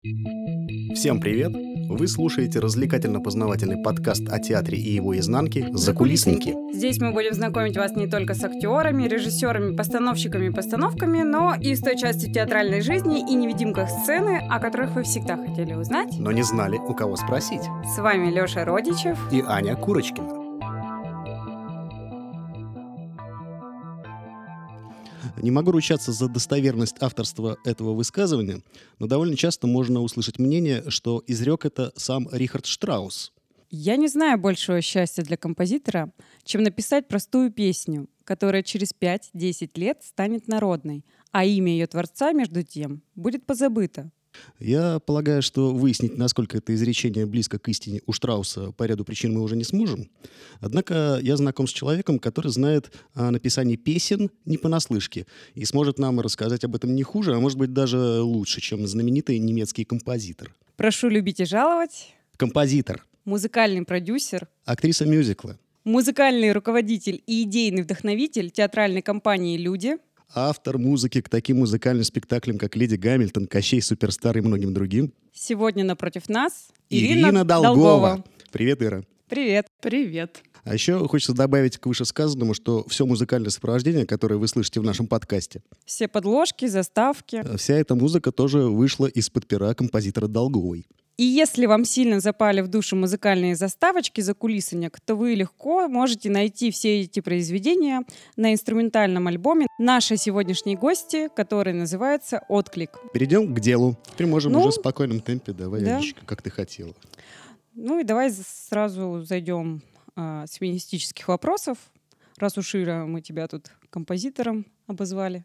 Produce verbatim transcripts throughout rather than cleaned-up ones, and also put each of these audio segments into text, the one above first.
Всем привет! Вы слушаете развлекательно-познавательный подкаст о театре и его изнанке «Закулисники». Здесь мы будем знакомить вас не только с актерами, режиссерами, постановщиками и постановками, но и с той частью театральной жизни и невидимках сцены, о которых вы всегда хотели узнать. Но не знали, у кого спросить. С вами Лёша Родичев и Аня Курочкина. Не могу ручаться за достоверность авторства этого высказывания, но довольно часто можно услышать мнение, что изрек это сам Рихард Штраус. Я не знаю большего счастья для композитора, чем написать простую песню, которая через пять-десять лет станет народной, а имя ее творца, между тем, будет позабыто. Я полагаю, что выяснить, насколько это изречение близко к истине у Штрауса, по ряду причин мы уже не сможем. Однако я знаком с человеком, который знает о написании песен не понаслышке и сможет нам рассказать об этом не хуже, а может быть даже лучше, чем знаменитый немецкий композитор. Прошу любить и жаловать. Композитор. Музыкальный продюсер. Актриса мюзикла. Музыкальный руководитель и идейный вдохновитель театральной компании «Люди». Автор музыки к таким музыкальным спектаклям, как «Леди Гамильтон», «Кощей Суперстар» и многим другим. Сегодня напротив нас Ирина, Ирина Долгова. Долгова. Привет, Ира. Привет. Привет. А еще хочется добавить к вышесказанному, что все музыкальное сопровождение, которое вы слышите в нашем подкасте, все подложки, заставки, вся эта музыка тоже вышла из-под пера композитора Долговой. И если вам сильно запали в душу музыкальные заставочки закулисанек, то вы легко можете найти все эти произведения на инструментальном альбоме нашей сегодняшней гости, который называется «Отклик». Перейдем к делу. Теперь можем ну, уже в спокойном темпе. Давай, да. Анечка, как ты хотела. Ну и давай сразу зайдем а, с феминистических вопросов. Раз уж, Ира, мы тебя тут композитором обозвали.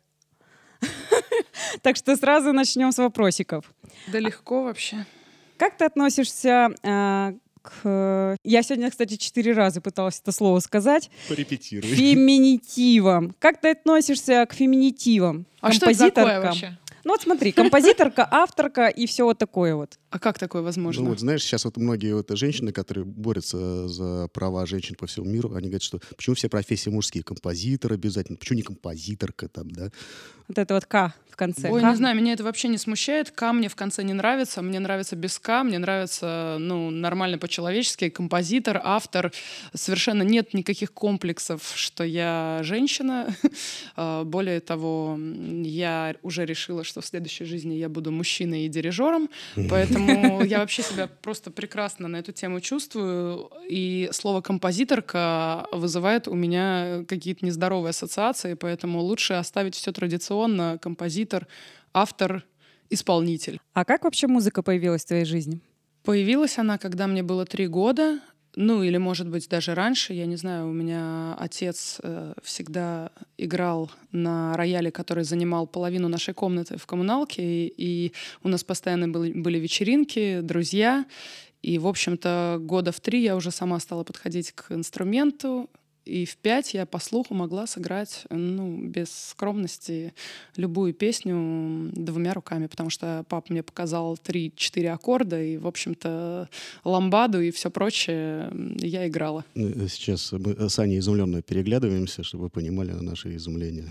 Так что сразу начнем с вопросиков. Да легко вообще. Как ты относишься э, к... Я сегодня, кстати, четыре раза пыталась это слово сказать. Порепетируй. Феминитивам. Как ты относишься к феминитивам? А что это такое вообще? Ну вот смотри, композиторка, авторка и все вот такое вот. А как такое возможно? Ну вот знаешь, сейчас вот многие вот женщины, которые борются за права женщин по всему миру, они говорят, что почему все профессии мужские? Композитор обязательно, почему не композиторка там, да? Вот это вот «К» в конце. Ой, К? не знаю, меня это вообще не смущает. «К» мне в конце не нравится. Мне нравится без «К», мне нравится, ну, нормально по-человечески. Композитор, автор. Совершенно нет никаких комплексов, что я женщина. Более того, я уже решила, что в следующей жизни я буду мужчиной и дирижером. Поэтому я вообще себя просто прекрасно на эту тему чувствую. И слово «композиторка» вызывает у меня какие-то нездоровые ассоциации, поэтому лучше оставить все традиционно. Композитор, автор, исполнитель. А как вообще музыка появилась в твоей жизни? Появилась она, когда мне было три года. Ну, или, может быть, даже раньше. Я не знаю, у меня отец э, всегда играл на рояле, который занимал половину нашей комнаты в коммуналке. И, и у нас постоянно были, были вечеринки, друзья. И, в общем-то, года в три я уже сама стала подходить к инструменту. И в пять я по слуху могла сыграть, ну, без скромности, любую песню двумя руками, потому что папа мне показал три-четыре аккорда, и, в общем-то, ламбаду и все прочее я играла. Сейчас мы с Аней изумленно переглядываемся, чтобы вы понимали наше изумление.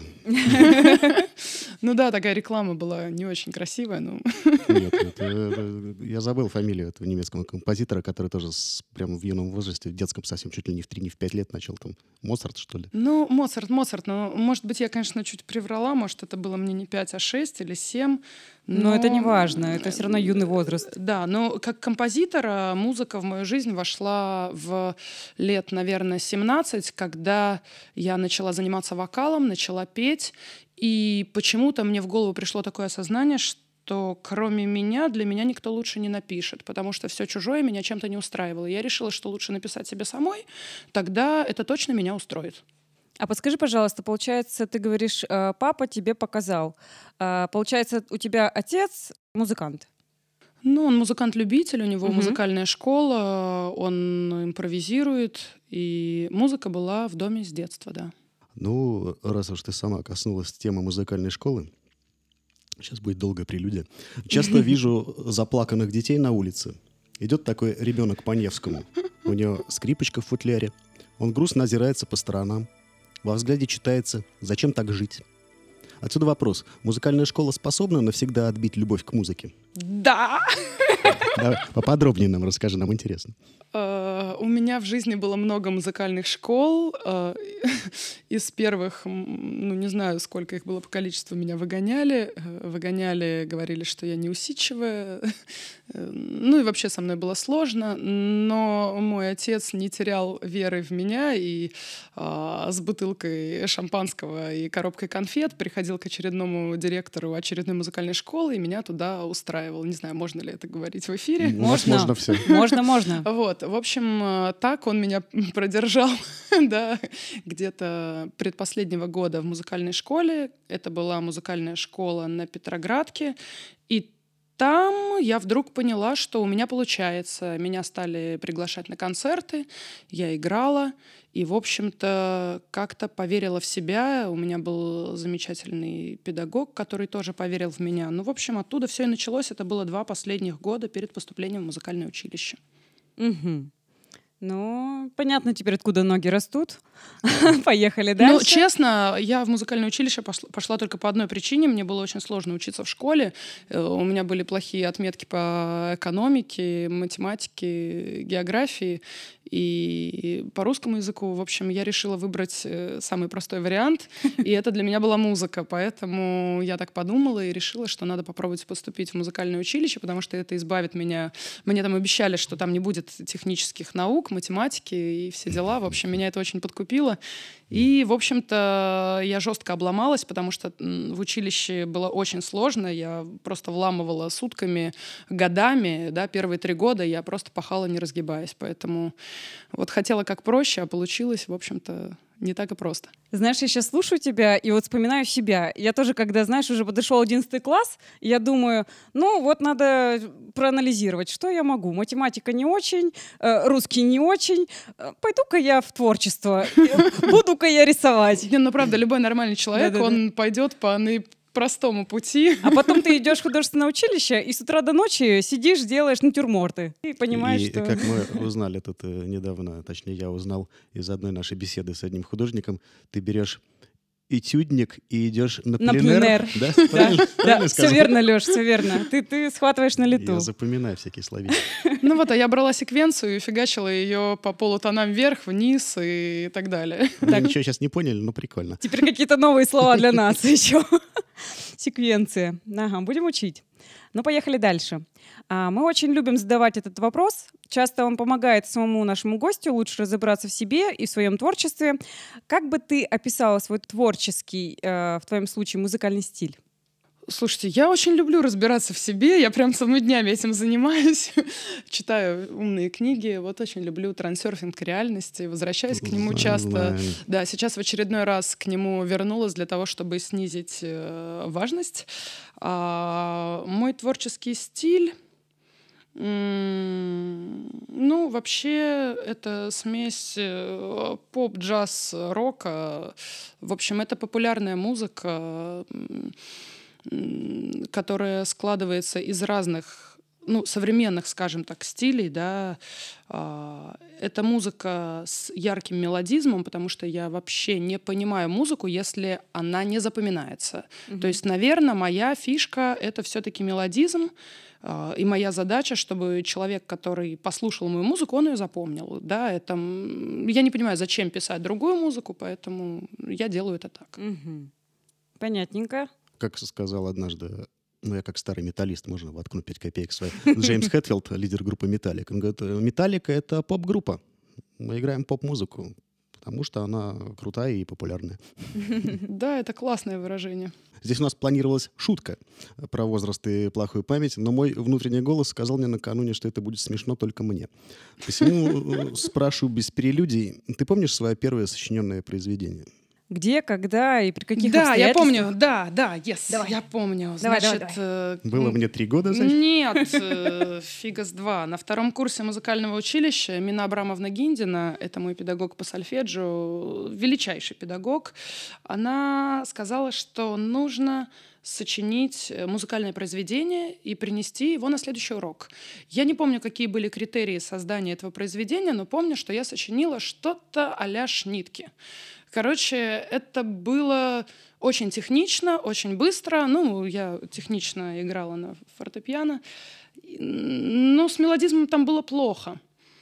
Ну да, такая реклама была не очень красивая. Но... Нет, это, я забыл фамилию этого немецкого композитора, который тоже с, прямо в юном возрасте, в детском совсем, чуть ли не в три, не в пять лет начал там. Моцарт, что ли? Ну, Моцарт, Моцарт. Но, может быть, я, конечно, чуть приврала. Может, это было мне не пять, а шесть или семь. Но, но это не важно, это все равно юный возраст. Да, но как композитора музыка в мою жизнь вошла в лет, наверное, семнадцать, когда я начала заниматься вокалом, начала петь. И почему-то мне в голову пришло такое осознание, что кроме меня для меня никто лучше не напишет, потому что все чужое меня чем-то не устраивало. Я решила, что лучше написать себе самой, тогда это точно меня устроит. А подскажи, пожалуйста, получается, ты говоришь, папа тебе показал. Получается, у тебя отец музыкант? Ну, он музыкант-любитель, у него Мгм. музыкальная школа, он импровизирует, и музыка была в доме с детства, да. Ну, раз уж ты сама коснулась темы музыкальной школы, сейчас будет долгая прелюдия. Часто вижу заплаканных детей на улице. Идет такой ребенок по Невскому. У него скрипочка в футляре. Он грустно озирается по сторонам. Во взгляде читается «Зачем так жить?». Отсюда вопрос. Музыкальная школа способна навсегда отбить любовь к музыке? Да! Давай поподробнее нам расскажи, нам интересно. Э, У меня в жизни было много музыкальных школ. э, Из первых, м, ну не знаю, сколько их было по количеству, меня выгоняли. Э, Выгоняли, говорили, что я неусидчивая. Э, Ну и вообще со мной было сложно. Но мой отец не терял веры в меня и а, с бутылкой шампанского и коробкой конфет приходил к очередному директору очередной музыкальной школы и меня туда устраивал. Не знаю, можно ли это говорить в эфире. У нас можно все. Можно, можно. Вот, в общем, э, так он меня продержал, да, где-то предпоследнего года в музыкальной школе. Это была музыкальная школа на Петроградке. И там я вдруг поняла, что у меня получается. Меня стали приглашать на концерты, я играла. И, в общем-то, как-то поверила в себя. У меня был замечательный педагог, который тоже поверил в меня. Ну, в общем, оттуда все и началось. Это было два последних года перед поступлением в музыкальное училище. Мгм. Ну, понятно теперь, откуда ноги растут. Поехали дальше. Ну, честно, я в музыкальное училище пошла, пошла только по одной причине. Мне было очень сложно учиться в школе. Э, У меня были плохие отметки по экономике, математике, географии и по русскому языку. В общем, я решила выбрать э, самый простой вариант, и это для меня была музыка. Поэтому я так подумала и решила, что надо попробовать поступить в музыкальное училище, потому что это избавит меня. Мне там обещали, что там не будет технических наук, математики и все дела. В общем, меня это очень подкупило. И, в общем-то, я жестко обломалась, потому что м, в училище было очень сложно. Я просто вламывала сутками, годами. Да, первые три года я просто пахала, не разгибаясь. Поэтому вот хотела как проще, а получилось, в общем-то, не так и просто. Знаешь, я сейчас слушаю тебя и вот вспоминаю себя. Я тоже, когда, знаешь, уже подошел одиннадцатый класс, я думаю, ну вот надо проанализировать, что я могу. Математика не очень, э, русский не очень. Э, Пойду-ка я в творчество, э, буду-ка я рисовать. Не, ну правда, любой нормальный человек, Да-да-да. он пойдет по наипростому пути. А потом ты идешь в художественное училище и с утра до ночи сидишь, делаешь натюрморты. И понимаешь, И что... как мы узнали тут э, недавно, точнее, я узнал из одной нашей беседы с одним художником, ты берешь этюдник и идешь на На пленэр. пленэр. Да, Да, правильно, да, правильно все сказал? верно, Леш, все верно. Ты, ты схватываешь на лету. Я запоминаю всякие словечки. Ну вот, а я брала секвенцию и фигачила ее по полутонам вверх, вниз и так далее. Мы ничего сейчас не поняли, но прикольно. Теперь какие-то новые слова для нас еще. Секвенция. Ага, будем учить. Ну, поехали дальше. А, Мы очень любим задавать этот вопрос. Часто он помогает самому нашему гостю лучше разобраться в себе и в своем творчестве. Как бы ты описала свой творческий, э, в твоем случае, музыкальный стиль? Слушайте, я очень люблю разбираться в себе, я прям целыми днями этим занимаюсь, читаю умные книги, вот очень люблю трансерфинг реальности, возвращаюсь к нему Знаем, часто. знаем. Да, сейчас в очередной раз к нему вернулась для того, чтобы снизить э, важность. А, мой творческий стиль, м, ну, вообще, это смесь э, поп, джаз, рока. В общем, это популярная музыка, м, м, которая складывается из разных, ну, современных, скажем так, стилей, да. А, Это музыка с ярким мелодизмом, потому что я вообще не понимаю музыку, если она не запоминается. То есть, наверное, моя фишка — это все-таки мелодизм, а, и моя задача, чтобы человек, который послушал мою музыку, он ее запомнил. Да, это... м, Я не понимаю, зачем писать другую музыку, поэтому я делаю это так. Мгм. Понятненько. Как сказал однажды, ну, я как старый металлист, можно воткнуть пять копеек свои, Джеймс Хэтфилд, лидер группы «Металлик». Он говорит, «Металлика» — это поп-группа. Мы играем поп-музыку, потому что она крутая и популярная. Да, это классное выражение. Здесь у нас планировалась шутка про возраст и плохую память, но мой внутренний голос сказал мне накануне, что это будет смешно только мне. Посему э, спрашиваю без прелюдий. Ты помнишь свое первое сочиненное произведение? Где, когда и при каких Да, я обстоятельствах? помню, да, да, yes, Давай. я помню. Давай, Значит, давай, э, Было м, мне три года, значит? Нет, э, фига с два. На втором курсе музыкального училища Мина Абрамовна Гиндина, это мой педагог по сольфеджио, величайший педагог, она сказала, что нужно сочинить музыкальное произведение и принести его на следующий урок. Я не помню, какие были критерии создания этого произведения, но помню, что я сочинила что-то а-ля Шнитке. Короче, это было очень технично, очень быстро. Ну, я технично играла на фортепиано. Но с мелодизмом там было плохо.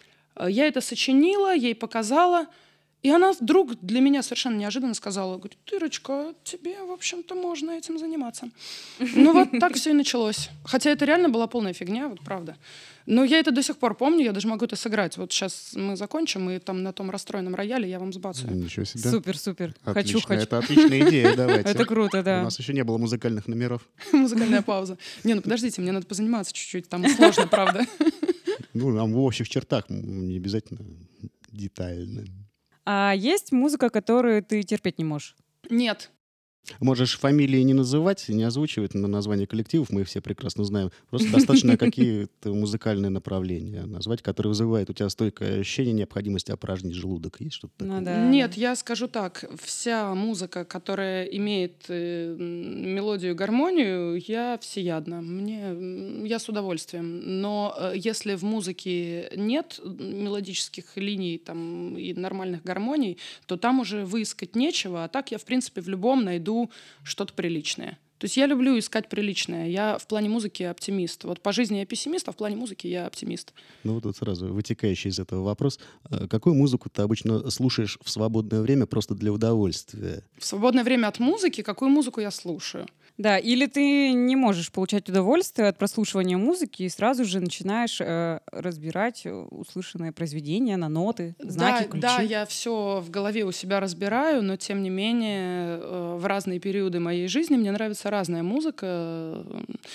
Я это сочинила, ей показала, и она вдруг для меня совершенно неожиданно сказала, говорит, Ирочка, тебе, в общем-то, можно этим заниматься. Ну вот так все и началось. Хотя это реально была полная фигня, вот правда. Но я это до сих пор помню, я даже могу это сыграть. Вот сейчас мы закончим, и там на том расстроенном рояле я вам сбацаю. Ничего себе. Супер, супер. Отлично, Хочу, хочу. это отличная идея, давайте. Это круто, У да. нас еще не было музыкальных номеров. Музыкальная пауза. Не, ну подождите, мне надо позаниматься чуть-чуть, там сложно, правда. Ну, нам в общих чертах, не обязательно детально. А есть музыка, которую ты терпеть не можешь? Нет. Можешь фамилии не называть, не озвучивать на название коллективов, мы их все прекрасно знаем. Просто достаточно какие-то музыкальные направления назвать, которые вызывают у тебя стойкое ощущение необходимости опорожнить желудок. Есть что-то такое? Ну, да. Нет, я скажу так. Вся музыка, которая имеет э, мелодию и гармонию, я всеядна. Мне, я с удовольствием. Но э, если в музыке нет мелодических линий там, и нормальных гармоний, то там уже выискать нечего. А так я, в принципе, в любом найду что-то приличное. То есть я люблю искать приличное. Я в плане музыки оптимист. Вот по жизни я пессимист, а в плане музыки я оптимист. Ну вот тут сразу вытекающий из этого вопрос. А какую музыку ты обычно слушаешь в свободное время просто для удовольствия? В свободное время от музыки какую музыку я слушаю? Да, или ты не можешь получать удовольствие от прослушивания музыки и сразу же начинаешь э, разбирать услышанное произведение на ноты, знаки, да, ключи. Да, я все в голове у себя разбираю, но тем не менее э, в разные периоды моей жизни мне нравится разная музыка.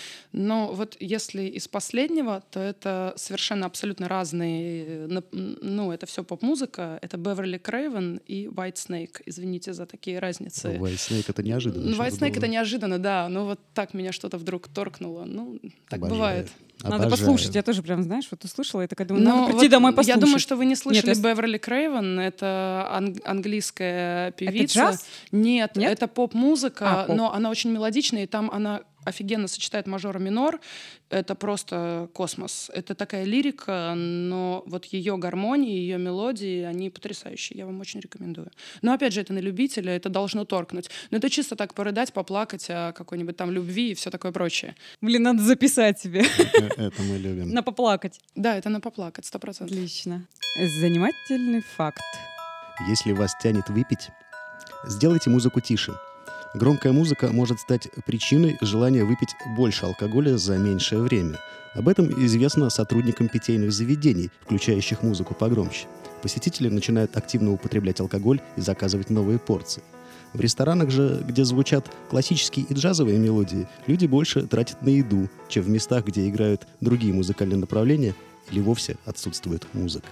Но вот если из последнего, то это совершенно абсолютно разные, ну это все поп-музыка, это Beverly Craven и White Snake. Извините за такие разницы. White Snake — это неожиданно. White Snake — было. это неожиданно, да. Ну вот так меня что-то вдруг торкнуло. Ну, так Обожаю. бывает. Надо Обожаю. послушать. Я тоже прям, знаешь, вот услышала, и такая думаю, Но надо прийти вот домой послушать. я думаю, что вы не слышали Нет, я... Beverly Craven. Это ан- английская певица. Это джаз? Нет, Нет? это поп-музыка, А, поп. но она очень мелодичная, и там она офигенно сочетает мажор и минор. Это просто космос. Это такая лирика, но вот ее гармонии, ее мелодии, они потрясающие. Я вам очень рекомендую. Но опять же, это на любителя, это должно торкнуть. Но это чисто так порыдать, поплакать о какой-нибудь там любви и все такое прочее. Блин, надо записать себе. Это мы любим. На поплакать. Да, это на поплакать, сто процентов. Отлично. Занимательный факт. Если вас тянет выпить, сделайте музыку тише. Громкая музыка может стать причиной желания выпить больше алкоголя за меньшее время. Об этом известно сотрудникам питейных заведений, включающих музыку погромче. Посетители начинают активно употреблять алкоголь и заказывать новые порции. В ресторанах же, где звучат классические и джазовые мелодии, люди больше тратят на еду, чем в местах, где играют другие музыкальные направления или вовсе отсутствует музыка.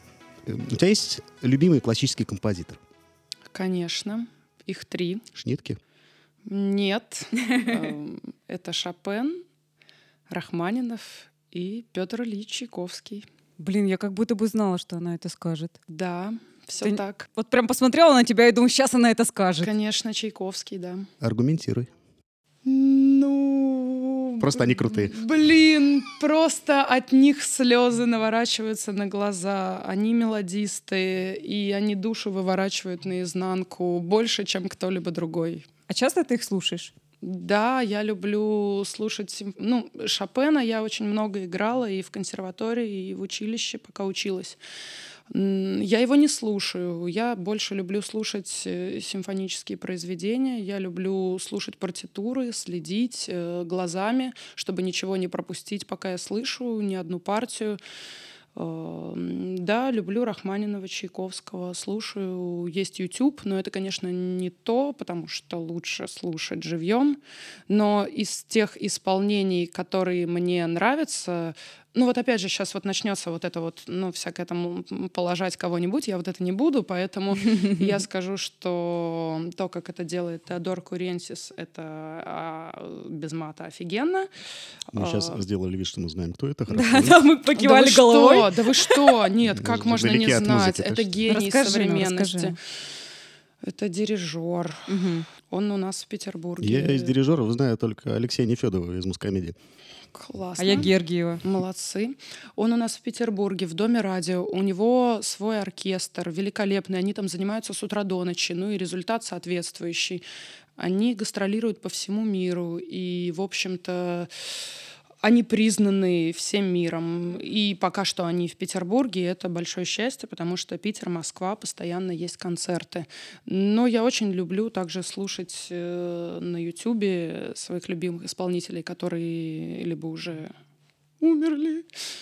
У тебя есть любимый классический композитор? Конечно. Их три. Шнитке? Нет. Это Шопен, Рахманинов и Петр Ильич Чайковский. Блин, я как будто бы знала, что она это скажет. Да, все Ты- так. Вот прям посмотрела на тебя и думаю, сейчас она это скажет. Конечно, Чайковский, да. Аргументируй. Ну... Просто они крутые. Блин, просто от них слезы наворачиваются на глаза. Они мелодисты, и они душу выворачивают наизнанку больше, чем кто-либо другой. А часто ты их слушаешь? Да, я люблю слушать... симф- Ну, Шопена я очень много играла и в консерватории, и в училище, пока училась. М, Я его не слушаю. Я больше люблю слушать э, симфонические произведения. Я люблю слушать партитуры, следить э, глазами, чтобы ничего не пропустить, пока я слышу ни одну партию. Э, м, Да, люблю Рахманинова, Чайковского, слушаю. Есть YouTube, но это, конечно, не то, потому что лучше слушать живьем. Но из тех исполнений, которые мне нравятся, ну вот опять же, сейчас вот начнется вот это вот, ну, всякое там м, положать кого-нибудь, я вот это не буду, поэтому я скажу, что то, как это делает Теодор Куренсис, это а, без мата офигенно. Мы сейчас А, сделали вид, что мы знаем, кто это. Хорошо. Да, да, мы Да покивали вы головой. что? Да вы что? Нет, Мы как же можно далеки не от знать? музыки, Это так что- гений Расскажи нам, современности. расскажи. Это дирижер. Мгм. Он у нас в Петербурге. Я из дирижеров знаю только Алексея Нефедова из Мускомедии. Классно. А я Гергиева. Молодцы. Он у нас в Петербурге, в Доме радио. У него свой оркестр великолепный. Они там занимаются с утра до ночи. Ну и результат соответствующий. Они гастролируют по всему миру. И, в общем-то, они признаны всем миром. И пока что они в Петербурге. Это большое счастье, потому что Питер, Москва, постоянно есть концерты. Но я очень люблю также слушать э, на Ютубе своих любимых исполнителей, которые либо уже умерли,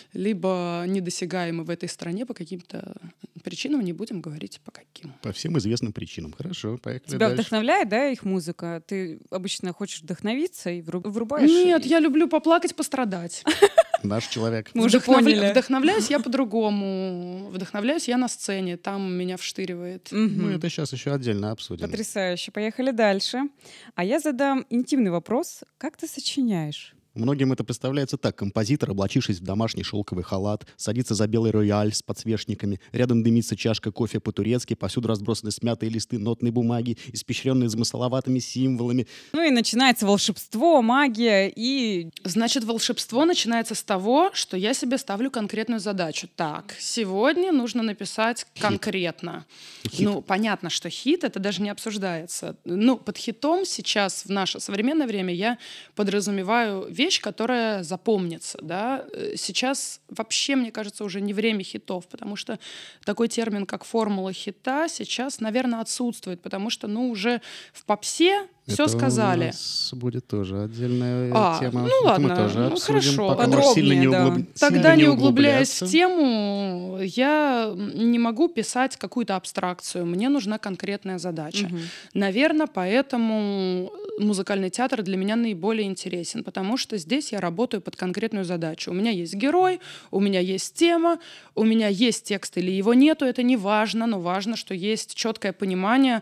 либо недосягаемы в этой стране по каким-то причинам, не будем говорить по каким. По всем известным причинам. Хорошо, поехали Тебя дальше. вдохновляет, да, их музыка? Ты обычно хочешь вдохновиться и вру- врубаешь? Нет, и- я люблю поплакать, пострадать. Наш человек. Мы уже Вдохновля- поняли. Вдохновляюсь я по-другому. Вдохновляюсь я на сцене. Там меня вштыривает. Мгм. Мы это сейчас еще отдельно обсудим. Потрясающе. Поехали дальше. А я задам интимный вопрос. Как ты сочиняешь? Многим это представляется так. Композитор, облачившись в домашний шелковый халат, садится за белый рояль с подсвечниками. Рядом дымится чашка кофе по-турецки, повсюду разбросаны смятые листы нотной бумаги, испещренные замысловатыми символами. Ну и начинается волшебство, магия и... Значит, волшебство начинается с того, что я себе ставлю конкретную задачу. Так, сегодня нужно написать конкретно. Хит. Ну, понятно, что хит, это даже не обсуждается. Ну, под хитом сейчас, в наше современное время, я подразумеваю вещь, которая запомнится, да. Э, Сейчас вообще, мне кажется, уже не время хитов, потому что такой термин, как формула хита, сейчас, наверное, отсутствует, потому что, ну, уже в попсе все Это сказали. у нас будет тоже отдельная А, тема. ну Это ладно, мы тоже ну обсудим, хорошо. пока можешь сильно не, Подробнее, углуб- да. Тогда, сильно не углубляясь в углубляться. тему, я не могу писать какую-то абстракцию. Мне нужна конкретная задача. Мгм. Наверное, поэтому музыкальный театр для меня наиболее интересен, потому что здесь я работаю под конкретную задачу. У меня есть герой, у меня есть тема, у меня есть текст или его нету, это не важно, но важно, что есть четкое понимание,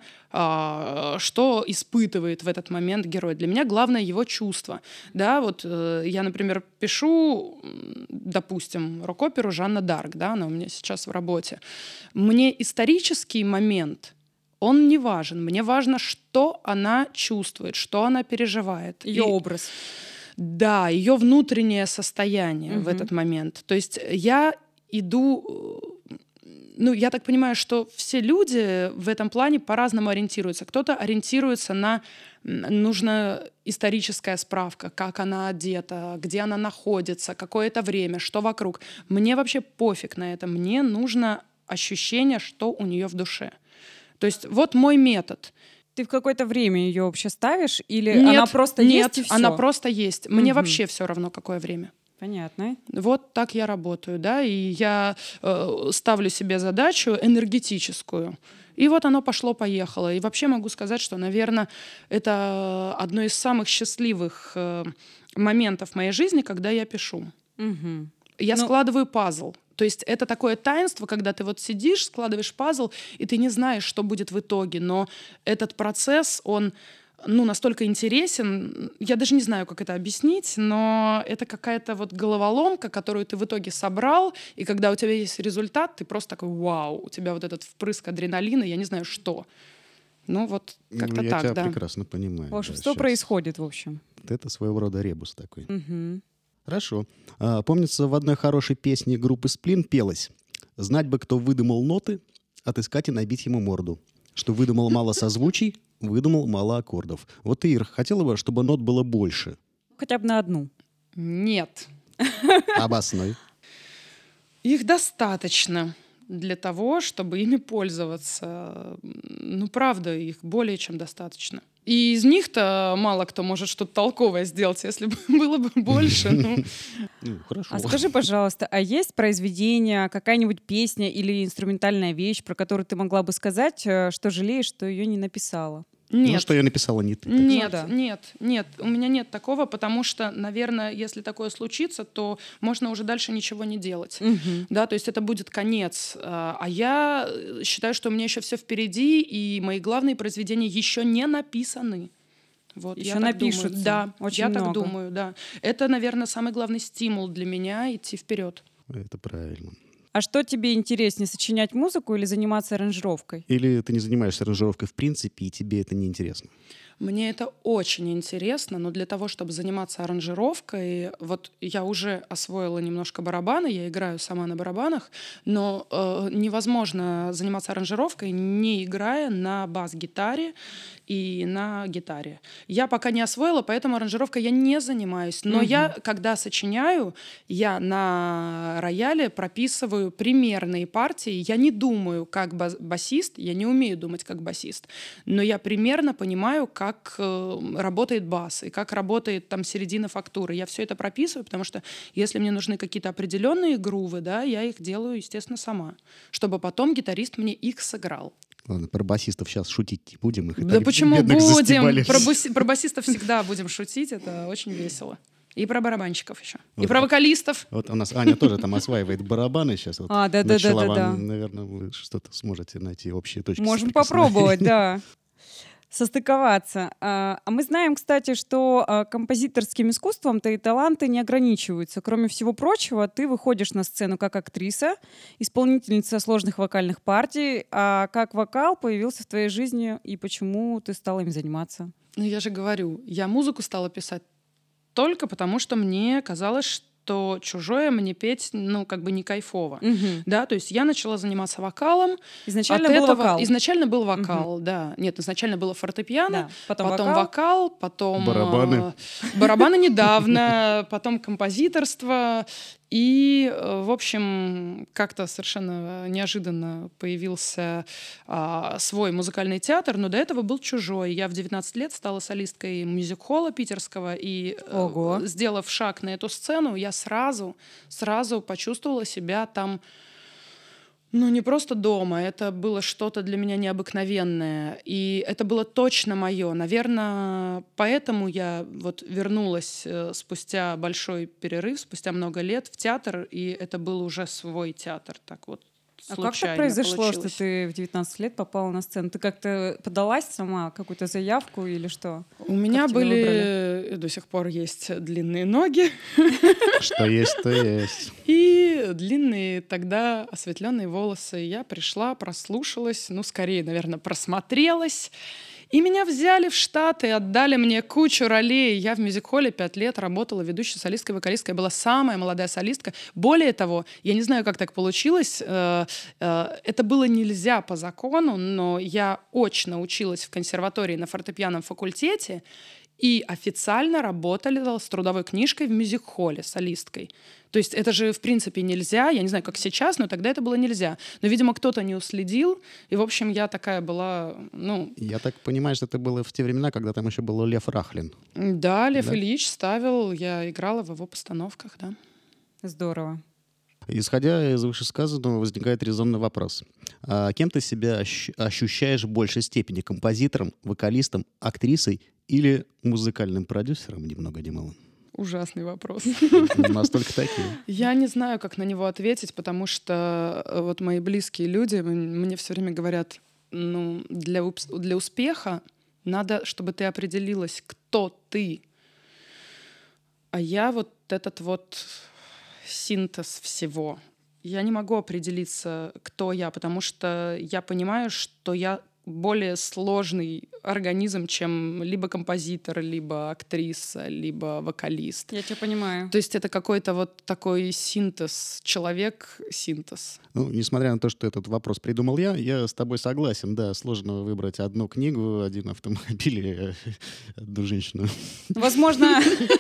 а, что испытывает в этот момент герой. Для меня главное его чувство. Да, вот э, я, например, пишу, м, допустим, рок-оперу Жанна Дарк, да, она у меня сейчас в работе. Мне исторический момент, он не важен. Мне важно, что она чувствует, что она переживает. Ее И- образ. да, ее внутреннее состояние в Мгм. этот момент. То есть я иду... э, Ну, я так понимаю, что все люди в этом плане по-разному ориентируются. Кто-то ориентируется на... м, Нужна историческая справка, как она одета, где она находится, какое это время, что вокруг. Мне вообще пофиг на это. Мне нужно ощущение, что у нее в душе. То есть вот мой метод. Ты в какое-то время ее вообще ставишь? Или Нет, она просто нет, есть и все? она просто есть. Мне Мгм. вообще все равно, какое время. Понятно. Вот так я работаю, да, и я э, ставлю себе задачу энергетическую. И вот оно пошло-поехало. И вообще могу сказать, что, наверное, это одно из самых счастливых э, моментов в моей жизни, когда я пишу. Мгм. Я Ну- складываю пазл. То есть это такое таинство, когда ты вот сидишь, складываешь пазл, и ты не знаешь, что будет в итоге. Но этот процесс, он ну, настолько интересен. Я даже не знаю, как это объяснить, но это какая-то вот головоломка, которую ты в итоге собрал, и когда у тебя есть результат, ты просто такой вау, у тебя вот этот впрыск адреналина, я не знаю, что. Ну вот как-то Ну, я так, тебя да. прекрасно понимаю. да, Волшебство щас. происходит, в общем. Вот это своего рода ребус такой. Мгм. Хорошо. А, помнится, в одной хорошей песне группы «Сплин» пелось: «Знать бы, кто выдумал ноты, отыскать и набить ему морду. Что выдумал мало созвучий, выдумал мало аккордов». Вот ты, Ир, хотела бы, чтобы нот было больше? Хотя бы на одну. Нет. Обоснуй. Их достаточно для того, чтобы ими пользоваться. Ну, правда, их более чем достаточно. И из них-то мало кто может что-то толковое сделать, если бы было бы больше. Ну, Ну, хорошо. А скажи, пожалуйста, а есть произведение, какая-нибудь песня или инструментальная вещь, про которую ты могла бы сказать, э, что жалеешь, что ее не написала? Ну, нет. что я написала не ты. так Нет, Ну да. нет, нет, у меня нет такого, потому что, наверное, если такое случится, то можно уже дальше ничего не делать. Мгм. Да, то есть это будет конец. А а я э, считаю, что у меня еще все впереди, и мои главные произведения еще не написаны. Вот, Еще я так думаю. напишутся. Да, Очень я так много. думаю, да. Это, наверное, самый главный стимул для меня идти вперед. Это правильно. А что тебе интереснее, сочинять музыку или заниматься аранжировкой? Или ты не занимаешься аранжировкой в принципе, и тебе это не интересно? Мне это очень интересно, но для того, чтобы заниматься аранжировкой, вот я уже освоила немножко барабаны, я играю сама на барабанах, но э, невозможно заниматься аранжировкой, не играя на бас-гитаре и на гитаре. Я пока не освоила, поэтому аранжировкой я не занимаюсь. Но Мгм. я, когда сочиняю, я на рояле прописываю примерные партии. Я не думаю как бас- басист, я не умею думать как басист, но я примерно понимаю, как э, работает бас и как работает там середина фактуры. Я все это прописываю, потому что если мне нужны какие-то определенные грувы, да, я их делаю, естественно, сама, чтобы потом гитарист мне их сыграл. Ладно, про басистов сейчас шутить не будем. Их и Да так почему бедных будем? застебали. Про, буси- про басистов всегда будем шутить, это очень весело. И про барабанщиков еще. И Вот. про вокалистов. Вот у нас Аня тоже там осваивает барабаны сейчас. Вот А, да-да-да-да-да. начала вам, наверное, вы что-то сможете найти общие точки Можем соприкосновения. попробовать, да. Состыковаться. А а мы знаем, кстати, что а, композиторским искусством твои таланты не ограничиваются. Кроме всего прочего, ты выходишь на сцену как актриса, исполнительница сложных вокальных партий. А как вокал появился в твоей жизни и почему ты стала им заниматься? Ну, я же говорю, я музыку стала писать только потому, что мне казалось, что чужое мне петь, ну, как бы не кайфово. Мгм. Да, то есть я начала заниматься вокалом. Изначально От был этого вокал. изначально был вокал, да. Нет, изначально было фортепиано, Да. Потом, потом вокал. вокал, потом Барабаны. э, барабаны недавно, потом композиторство. И, э, в общем, как-то совершенно неожиданно появился а, свой музыкальный театр, но до этого был чужой. Я в девятнадцать лет стала солисткой мюзик-холла питерского, и, э, Ого. сделав шаг на эту сцену, я сразу, сразу почувствовала себя там, ну, не просто дома, это было что-то для меня необыкновенное. И это было точно мое. Наверное, поэтому я вот вернулась э, спустя большой перерыв, спустя много лет в театр, и это был уже свой театр. Так вот А случайно как так произошло, получилось. что ты в девятнадцать лет попала на сцену? Ты как-то подалась сама, какую-то заявку или что? У меня тебя были, выбрали? и до сих пор есть длинные ноги Что есть, то есть. и длинные тогда осветленные волосы. Я пришла, прослушалась, ну, скорее, наверное, просмотрелась. И меня взяли в штат и отдали мне кучу ролей. Я в мюзик-холле пять лет работала ведущей солисткой, вокалисткой. Я была самая молодая солистка. Более того, я не знаю, как так получилось. э, э, Это было нельзя по закону, но я очно училась в консерватории на фортепианном факультете и официально работала с трудовой книжкой в мюзик-холле солисткой. То есть это же, в принципе, нельзя. Я не знаю, как сейчас, но тогда это было нельзя. Но, видимо, кто-то не уследил. И, в общем, я такая была, ну... Я так понимаю, что это было в те времена, когда там еще был Лев Рахлин. Да, Лев Да? Ильич ставил, я играла в его постановках, да. Здорово. Исходя из вышесказанного, возникает резонный вопрос. А кем ты себя ощ- ощущаешь в большей степени? Композитором, вокалистом, актрисой или музыкальным продюсером, ни много ни мало? Ужасный вопрос. Настолько такие. Я не знаю, как на него ответить, потому что э, вот мои близкие люди м- мне все время говорят, ну, для, упс- для успеха надо, чтобы ты определилась, кто ты. А я вот этот вот синтез всего. Я не могу определиться, кто я, потому что я понимаю, что я более сложный организм, чем либо композитор, либо актриса, либо вокалист. Я тебя понимаю. То есть это какой-то вот такой синтез, человек-синтез. Ну, несмотря на то, что этот вопрос придумал я, я с тобой согласен. Да, сложно выбрать одну книгу, один автомобиль и э, одну женщину. Возможно,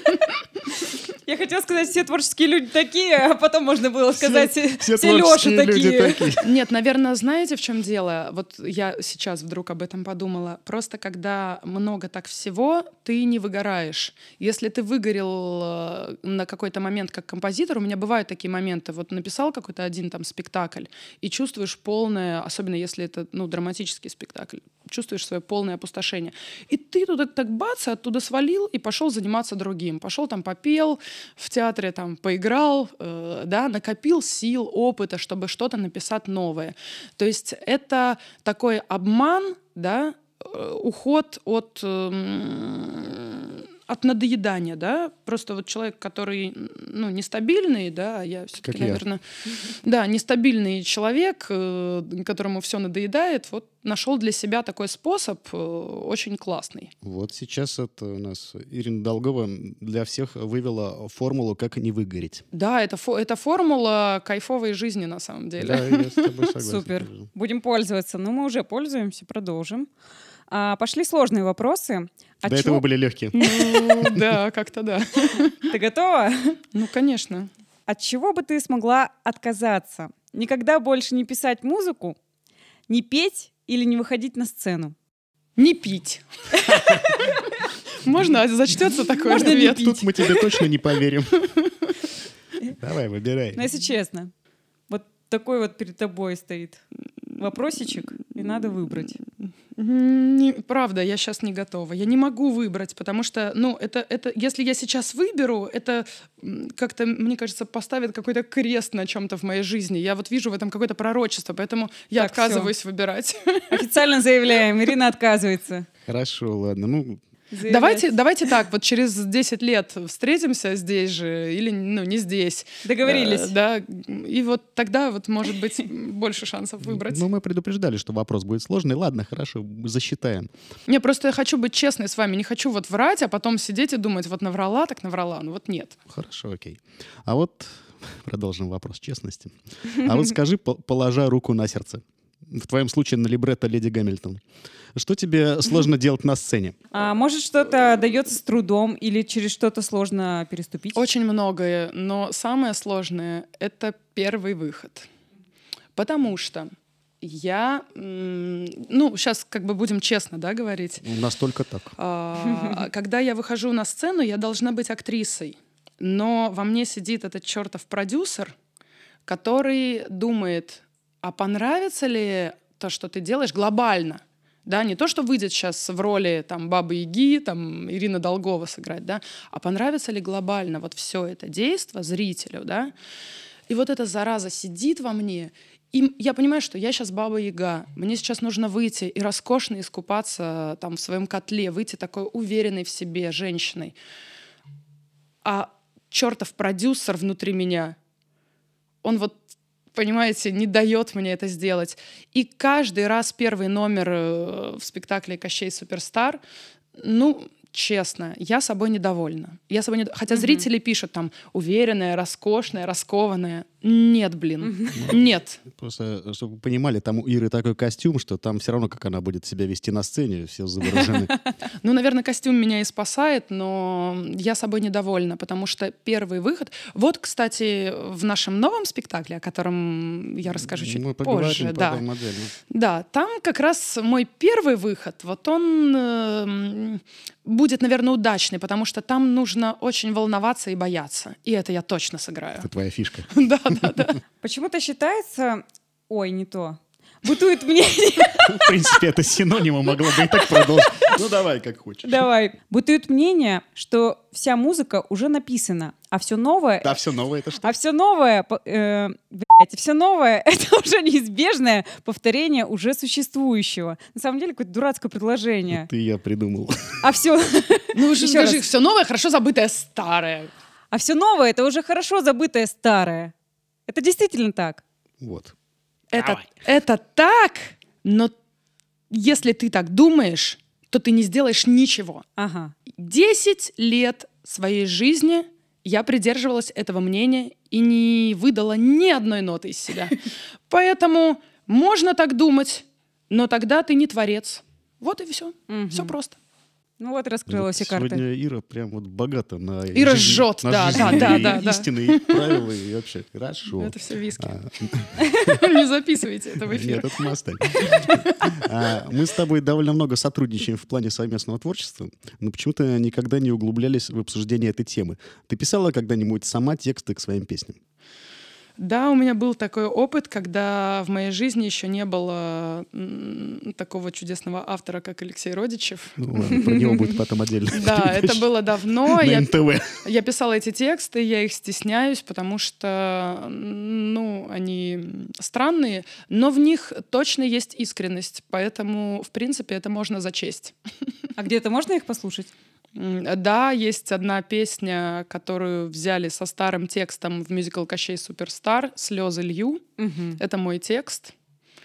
я хотела сказать, все творческие люди такие, а потом можно было сказать, все, Все все Лёши творческие люди такие. такие. Нет, наверное, знаете, в чем дело? Вот я сейчас вдруг об этом подумала. Просто когда много так всего, ты не выгораешь. Если ты выгорел э, на какой-то момент как композитор, у меня бывают такие моменты. Вот написал какой-то один там спектакль и чувствуешь полное, особенно если это, ну, драматический спектакль, чувствуешь свое полное опустошение. И ты туда так бац, оттуда свалил и пошел заниматься другим. Пошел там попел, в театре там поиграл, э, да, накопил сил, опыта, чтобы что-то написать новое. То есть это такой обман, да, э, уход от, э, от надоедания, да, просто вот человек, который, ну, нестабильный, да, а я все-таки, Как я. наверное, да, нестабильный человек, э, которому все надоедает, вот нашел для себя такой способ э, очень классный. Вот сейчас это у нас Ирина Долгова для всех вывела формулу, как не выгореть. Да, это, фо- это формула кайфовой жизни на самом деле. Да, я с тобой согласен. Супер. тоже. Будем пользоваться. Ну, мы уже пользуемся, продолжим. А, пошли сложные вопросы. От До чего- этого были легкие. Ну, да, как-то да. Ты готова? Ну, конечно. От чего бы ты смогла отказаться? Никогда больше не писать музыку, не петь или не выходить на сцену? Не пить. Можно зачтется такой Можно не ответ? пить. Тут мы тебе точно не поверим. Давай, выбирай. Но если честно, вот такой вот перед тобой стоит вопросичек, и надо выбрать. Не, правда, я сейчас не готова. Я не могу выбрать, потому что, ну, это, это, если я сейчас выберу, это м, как-то, мне кажется, поставит какой-то крест на чем-то в моей жизни. Я вот вижу в этом какое-то пророчество, поэтому я Так, отказываюсь выбирать. Официально заявляем, Ирина отказывается. Хорошо, ладно. Ну, Заявлять. Давайте, давайте так, вот через десять лет встретимся здесь же или, ну, не здесь. Договорились. Э, Да, и вот тогда вот, может быть, больше шансов выбрать. ну, мы предупреждали, что вопрос будет сложный. Ладно, хорошо, засчитаем. Не, просто я хочу быть честной с вами, не хочу вот врать, а потом сидеть и думать, вот наврала, так наврала. Ну вот нет. Хорошо, окей. А вот продолжим вопрос честности. А вот скажи, по- положа руку на сердце. В твоем случае на либретто Леди Гамильтон. Что тебе сложно делать на сцене? А может, что-то дается с трудом или через что-то сложно переступить? Очень многое, но самое сложное — это первый выход. Потому что я, м, ну, сейчас как бы будем честно, да, говорить. У нас только так. А, Когда я выхожу на сцену, я должна быть актрисой. Но во мне сидит этот чертов продюсер, который думает, а понравится ли то, что ты делаешь глобально? Да, не то, что выйдет сейчас в роли там Бабы Яги, там Ирина Долгова сыграть, да, а понравится ли глобально вот все это действо зрителю, да? И вот эта зараза сидит во мне, и я понимаю, что я сейчас Баба Яга, мне сейчас нужно выйти и роскошно искупаться там в своем котле, выйти такой уверенной в себе женщиной. А чертов продюсер внутри меня, он вот, понимаете, не дает мне это сделать. И каждый раз первый номер э, в спектакле «Кощей Суперстар», ну, честно, я собой недовольна. Я собой недо- Хотя Мгм. зрители пишут там уверенная, роскошная, раскованная. Нет, блин, нет. Просто, чтобы вы понимали, там у Иры такой костюм, что там все равно, как она будет себя вести на сцене, все заворожены. Ну, наверное, костюм меня и спасает, но я собой недовольна, потому что первый выход... Вот, кстати, в нашем новом спектакле, о котором я расскажу чуть Мы позже, поговорим да, потом отдельно. да, там как раз мой первый выход, вот он э, будет, наверное, удачный, потому что там нужно очень волноваться и бояться, и это я точно сыграю. Это твоя фишка. Да, да, да. Почему-то считается... Ой, не то. Бытует мнение... В принципе, это синонимы, могло бы и так продолжить. Ну, давай, как хочешь. Давай. Бытует мнение, что вся музыка уже написана, а все новое... Да, все новое, это что? А все новое, по- э, блядь, все новое — это уже неизбежное повторение уже существующего. На самом деле, какое-то дурацкое предложение. Ты и я придумал. А все, Ну уже Еще скажи, раз. все новое, хорошо забытое старое. а все новое — это уже хорошо забытое старое. Это действительно так. Вот. Это, Давай. это так, но если ты так думаешь, то ты не сделаешь ничего. Ага. Десять лет своей жизни я придерживалась этого мнения и не выдала ни одной ноты из себя. Поэтому можно так думать, но тогда ты не творец. Вот и все. Мгм. Все просто. Ну вот, раскрыла Вот все карты. Сегодня Ира прям вот богата на Ира жизнь- жжет, на да, да, жизненные да, да, да. истины, правила и вообще хорошо. Это все виски. А, Не записывайте это в эфир. Нет, это мы оставим. А, Мы с тобой довольно много сотрудничаем в плане совместного творчества, но почему-то никогда не углублялись в обсуждение этой темы. Ты писала когда-нибудь сама тексты к своим песням? Да, у меня был такой опыт, когда в моей жизни еще не было м, такого чудесного автора, как Алексей Родичев. Ну, ладно, про него будет потом отдельно. Да, это было давно. На Я, эн тэ вэ. я писала эти тексты, я их стесняюсь, потому что, ну, они странные, но в них точно есть искренность, поэтому, в принципе, это можно зачесть. А где-то можно их послушать? Да, есть одна песня, которую взяли со старым текстом в мюзикл «Кощей Суперстар», «Слезы лью». Мгм. Это мой текст.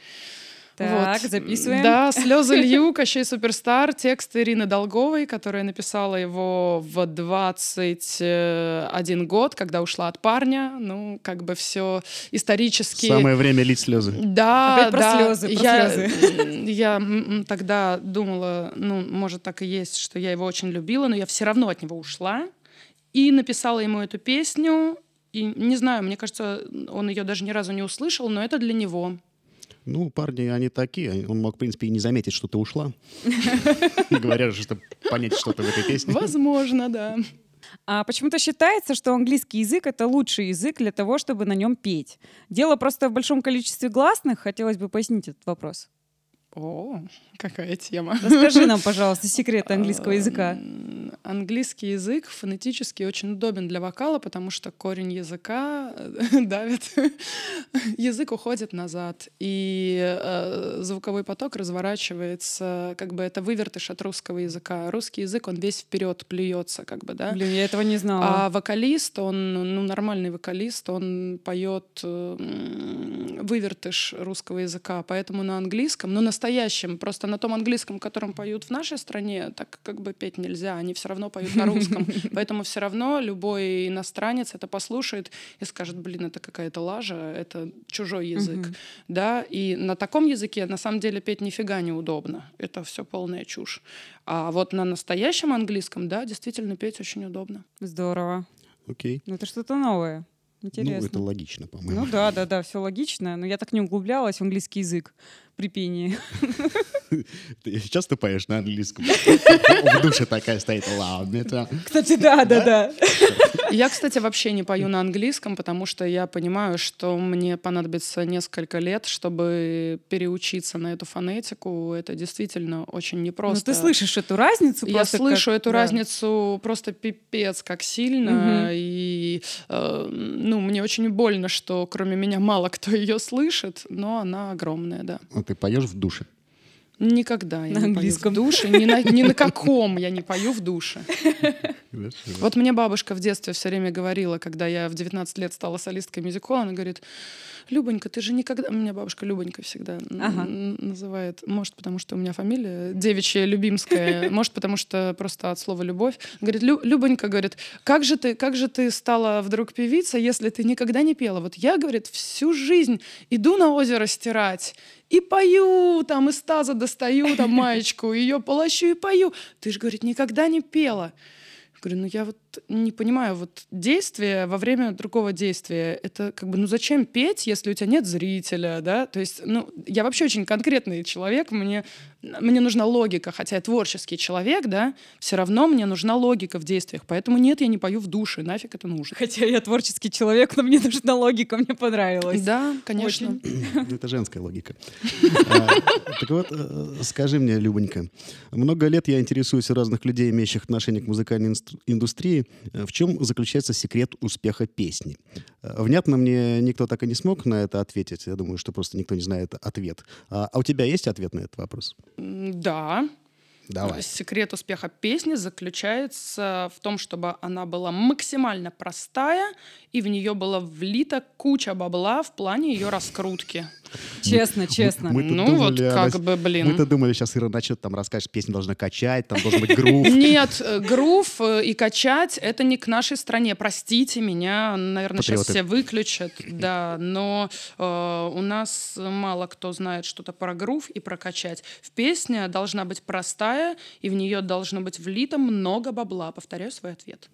Так, Вот. записываем. Да, «Слезы лью», «Кощей Суперстар», текст Ирины Долговой, которая написала его в двадцать один год, когда ушла от парня. Ну, как бы все исторически... Самое время лить слезы. Да, Опять про да. слезы, про я, слезы. Я м, тогда думала, ну, может, так и есть, что я его очень любила, но я все равно от него ушла и написала ему эту песню. И не знаю, мне кажется, он ее даже ни разу не услышал, но это для него. Ну, парни, они такие. Он мог, в принципе, и не заметить, что ты ушла. Говорят же, чтобы понять что-то в этой песне. Возможно, да. А почему-то считается, что английский язык — это лучший язык для того, чтобы на нем петь. Дело просто в большом количестве гласных. Хотелось бы пояснить этот вопрос. О, какая тема. Расскажи нам, пожалуйста, секреты английского языка. М, Английский язык фонетически очень удобен для вокала, потому что корень языка давит, язык уходит назад, и э, звуковой поток разворачивается, как бы это вывертыш от русского языка. Русский язык, он весь вперед плюется, как бы, да. Блин, я этого не знала. А вокалист, он, ну, нормальный вокалист, он поет э, вывертыш русского языка, поэтому на английском, ну, настоящем, просто на том английском, которым поют в нашей стране, так как бы петь нельзя, они все равно поют на русском, поэтому все равно любой иностранец это послушает и скажет, блин, это какая-то лажа, это чужой язык, да, и на таком языке на самом деле петь нифига неудобно, это все полная чушь. А вот на настоящем английском, да, действительно петь очень удобно. Здорово. Окей. Ну, это что-то новое. Ну, Интересно. это логично, по-моему. Ну да, да, да, все логично, но я так не углублялась в английский язык при пении. Ты часто поешь на английском? В душе такая стоит. Ладно, это... Кстати, да, да, да. Я, кстати, вообще не пою на английском, потому что я понимаю, что мне понадобится несколько лет, чтобы переучиться на эту фонетику. Это действительно очень Ну, непросто. ты слышишь эту разницу? Я просто слышу как- эту да. разницу просто пипец как сильно. Мгм. И э, ну, мне очень больно, что кроме меня мало кто ее слышит, но она огромная, да. А ты поешь в душе? Никогда я На не английском. пою в душе, ни на, ни на каком я не пою в душе. Хорошо. Вот мне бабушка в детстве все время говорила, когда я в девятнадцать лет стала солисткой мюзикла, она говорит: Любонька, ты же никогда... Меня бабушка Любонька всегда н- Ага. н- называет. Может, потому что у меня фамилия девичья Любимская, может, потому что просто от слова «любовь». Говорит, «Лю- Любонька, говорит, как же ты, как же ты стала вдруг певицей, если ты никогда не пела? Вот я, говорит, всю жизнь иду на озеро стирать и пою, там из таза достаю там маечку, ее полощу и пою. Ты же, говорит, никогда не пела. Я говорю, ну я вот не понимаю, вот действие во время другого действия, это как бы, ну зачем петь, если у тебя нет зрителя, да? То есть, ну, я вообще очень конкретный человек, мне, мне нужна логика, хотя я творческий человек, да, все равно мне нужна логика в действиях, поэтому нет, я не пою в душе, нафиг это нужно. Хотя я творческий человек, но мне нужна логика, мне понравилось. Да, конечно. Ну, это женская логика. А, Так вот, э, скажи мне, Любонька, много лет я интересуюсь у разных людей, имеющих отношение к музыкальной инстру- индустрии, э, в чем заключается секрет успеха песни. Э, Внятно мне никто так и не смог на это ответить. Я думаю, что просто никто не знает ответ. А а у тебя есть ответ на этот вопрос? М, Да. Давай. Секрет успеха песни заключается в том, чтобы она была максимально простая, и в нее была влита куча бабла в плане ее раскрутки. Честно, честно. Мы тут Ну думали, вот она как с- бы, блин. Мы-то думали, сейчас Ира начнет там рассказать, песня должна качать, там должен быть грув. Нет, э, грув э, и качать — это не к нашей стране. Простите меня, наверное, сейчас Патриоты. все выключат, да, но э, у нас мало кто знает что-то про грув и про качать. В песне должна быть простая, и в нее должно быть влито много бабла. Повторяю свой ответ.